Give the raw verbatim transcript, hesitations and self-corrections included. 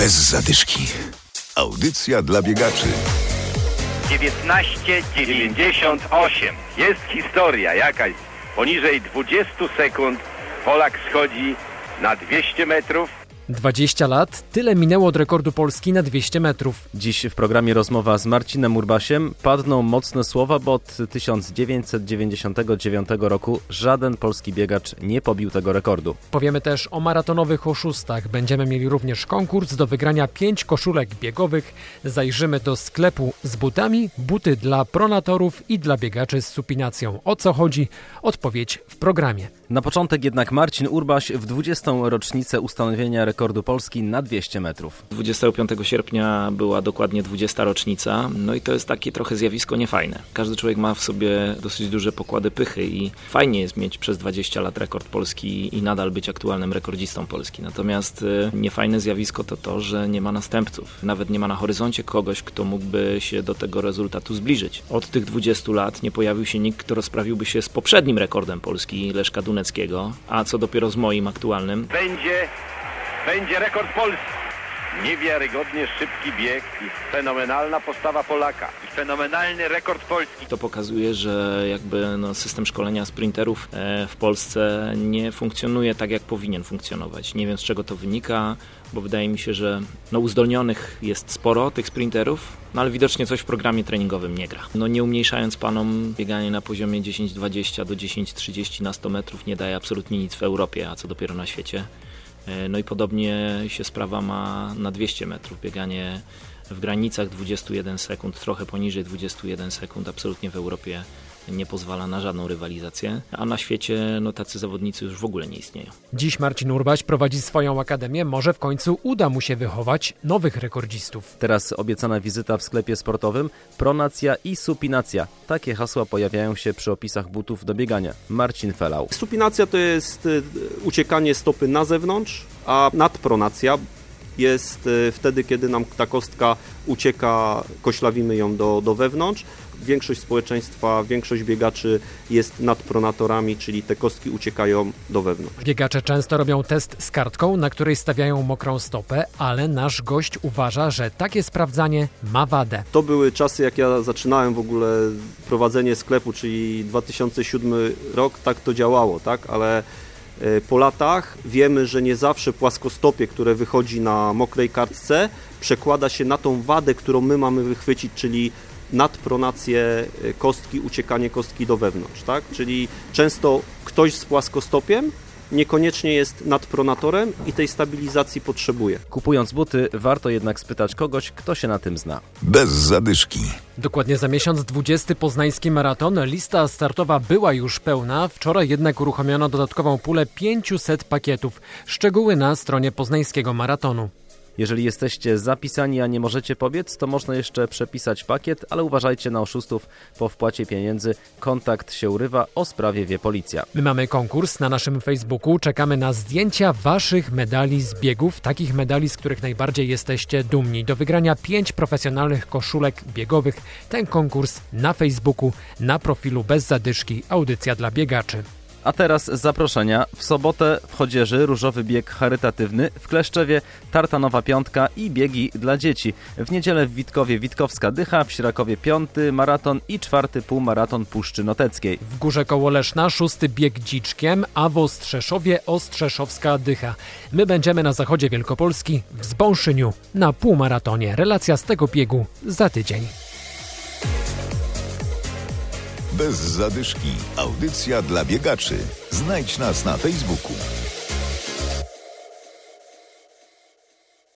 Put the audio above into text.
Bez zadyszki. Audycja dla biegaczy. dziewiętnaście dziewięćdziesiąt osiem. Jest historia jakaś. Poniżej dwadzieścia sekund Polak schodzi na dwieście metrów. dwadzieścia lat, tyle minęło od rekordu Polski na dwieście metrów. Dziś w programie rozmowa z Marcinem Urbasiem. Padną mocne słowa, bo od tysiąc dziewięćset dziewięćdziesiątego dziewiątego roku żaden polski biegacz nie pobił tego rekordu. Powiemy też o maratonowych oszustach. Będziemy mieli również konkurs do wygrania pięć koszulek biegowych. Zajrzymy do sklepu z butami, buty dla pronatorów i dla biegaczy z supinacją. O co chodzi? Odpowiedź w programie. Na początek jednak Marcin Urbaś w dwudziestą rocznicę ustanowienia rekordu Polski na dwieście metrów. dwudziestego piątego sierpnia była dokładnie dwudziesta rocznica, no i to jest takie trochę zjawisko niefajne. Każdy człowiek ma w sobie dosyć duże pokłady pychy i fajnie jest mieć przez dwadzieścia lat rekord Polski i nadal być aktualnym rekordzistą Polski. Natomiast niefajne zjawisko to to, że nie ma następców. Nawet nie ma na horyzoncie kogoś, kto mógłby się do tego rezultatu zbliżyć. Od tych dwudziestu lat nie pojawił się nikt, kto rozprawiłby się z poprzednim rekordem Polski, Leszka Duneckiego, a co dopiero z moim aktualnym. Będzie, będzie rekord Polski. Niewiarygodnie szybki bieg i fenomenalna postawa Polaka. I fenomenalny rekord Polski. To pokazuje, że jakby no, system szkolenia sprinterów w Polsce nie funkcjonuje tak, jak powinien funkcjonować. Nie wiem, z czego to wynika, bo wydaje mi się, że no, uzdolnionych jest sporo tych sprinterów, no ale widocznie coś w programie treningowym nie gra. No nie umniejszając panom, bieganie na poziomie dziesięć dwadzieścia do dziesięć trzydzieści na sto metrów nie daje absolutnie nic w Europie, a co dopiero na świecie. No i podobnie się sprawa ma na dwieście metrów. Bieganie w granicach dwadzieścia jeden sekund, trochę poniżej dwadzieścia jeden sekund, absolutnie w Europie nie pozwala na żadną rywalizację, a na świecie no, tacy zawodnicy już w ogóle nie istnieją. Dziś Marcin Urbaś prowadzi swoją akademię. Może w końcu uda mu się wychować nowych rekordzistów. Teraz obiecana wizyta w sklepie sportowym, pronacja i supinacja. Takie hasła pojawiają się przy opisach butów do biegania. Marcin Felał. Supinacja to jest uciekanie stopy na zewnątrz, a nadpronacja jest wtedy, kiedy nam ta kostka ucieka, koślawimy ją do, do wewnątrz. Większość społeczeństwa, większość biegaczy jest nadpronatorami, czyli te kostki uciekają do wewnątrz. Biegacze często robią test z kartką, na której stawiają mokrą stopę, ale nasz gość uważa, że takie sprawdzanie ma wadę. To były czasy, jak ja zaczynałem w ogóle prowadzenie sklepu, czyli dwa tysiące siódmy rok, tak to działało, tak? Ale po latach wiemy, że nie zawsze płaskostopie, które wychodzi na mokrej kartce, przekłada się na tą wadę, którą my mamy wychwycić, czyli nadpronację kostki, uciekanie kostki do wewnątrz, tak? Czyli często ktoś z płaskostopiem niekoniecznie jest nadpronatorem i tej stabilizacji potrzebuje. Kupując buty, warto jednak spytać kogoś, kto się na tym zna. Bez zadyszki. Dokładnie za miesiąc dwudziesty poznański maraton. Lista startowa była już pełna. Wczoraj jednak uruchomiono dodatkową pulę pięciuset pakietów. Szczegóły na stronie poznańskiego maratonu. Jeżeli jesteście zapisani, a nie możecie pobiec, to można jeszcze przepisać pakiet, ale uważajcie na oszustów. Po wpłacie pieniędzy kontakt się urywa, o sprawie wie policja. My mamy konkurs na naszym Facebooku. Czekamy na zdjęcia waszych medali z biegów, takich medali, z których najbardziej jesteście dumni. Do wygrania pięć profesjonalnych koszulek biegowych. Ten konkurs na Facebooku, na profilu Bez Zadyszki, audycja dla biegaczy. A teraz zaproszenia. W sobotę w Chodzieży różowy bieg charytatywny, w Kleszczewie tartanowa piątka i biegi dla dzieci. W niedzielę w Witkowie Witkowska Dycha, w Sirakowie piąty maraton i czwarty półmaraton Puszczy Noteckiej. W Górze koło Leszna szósty bieg dziczkiem, a w Ostrzeszowie Ostrzeszowska Dycha. My będziemy na zachodzie Wielkopolski, w Zbąszyniu, na półmaratonie. Relacja z tego biegu za tydzień. Bez zadyszki. Audycja dla biegaczy. Znajdź nas na Facebooku.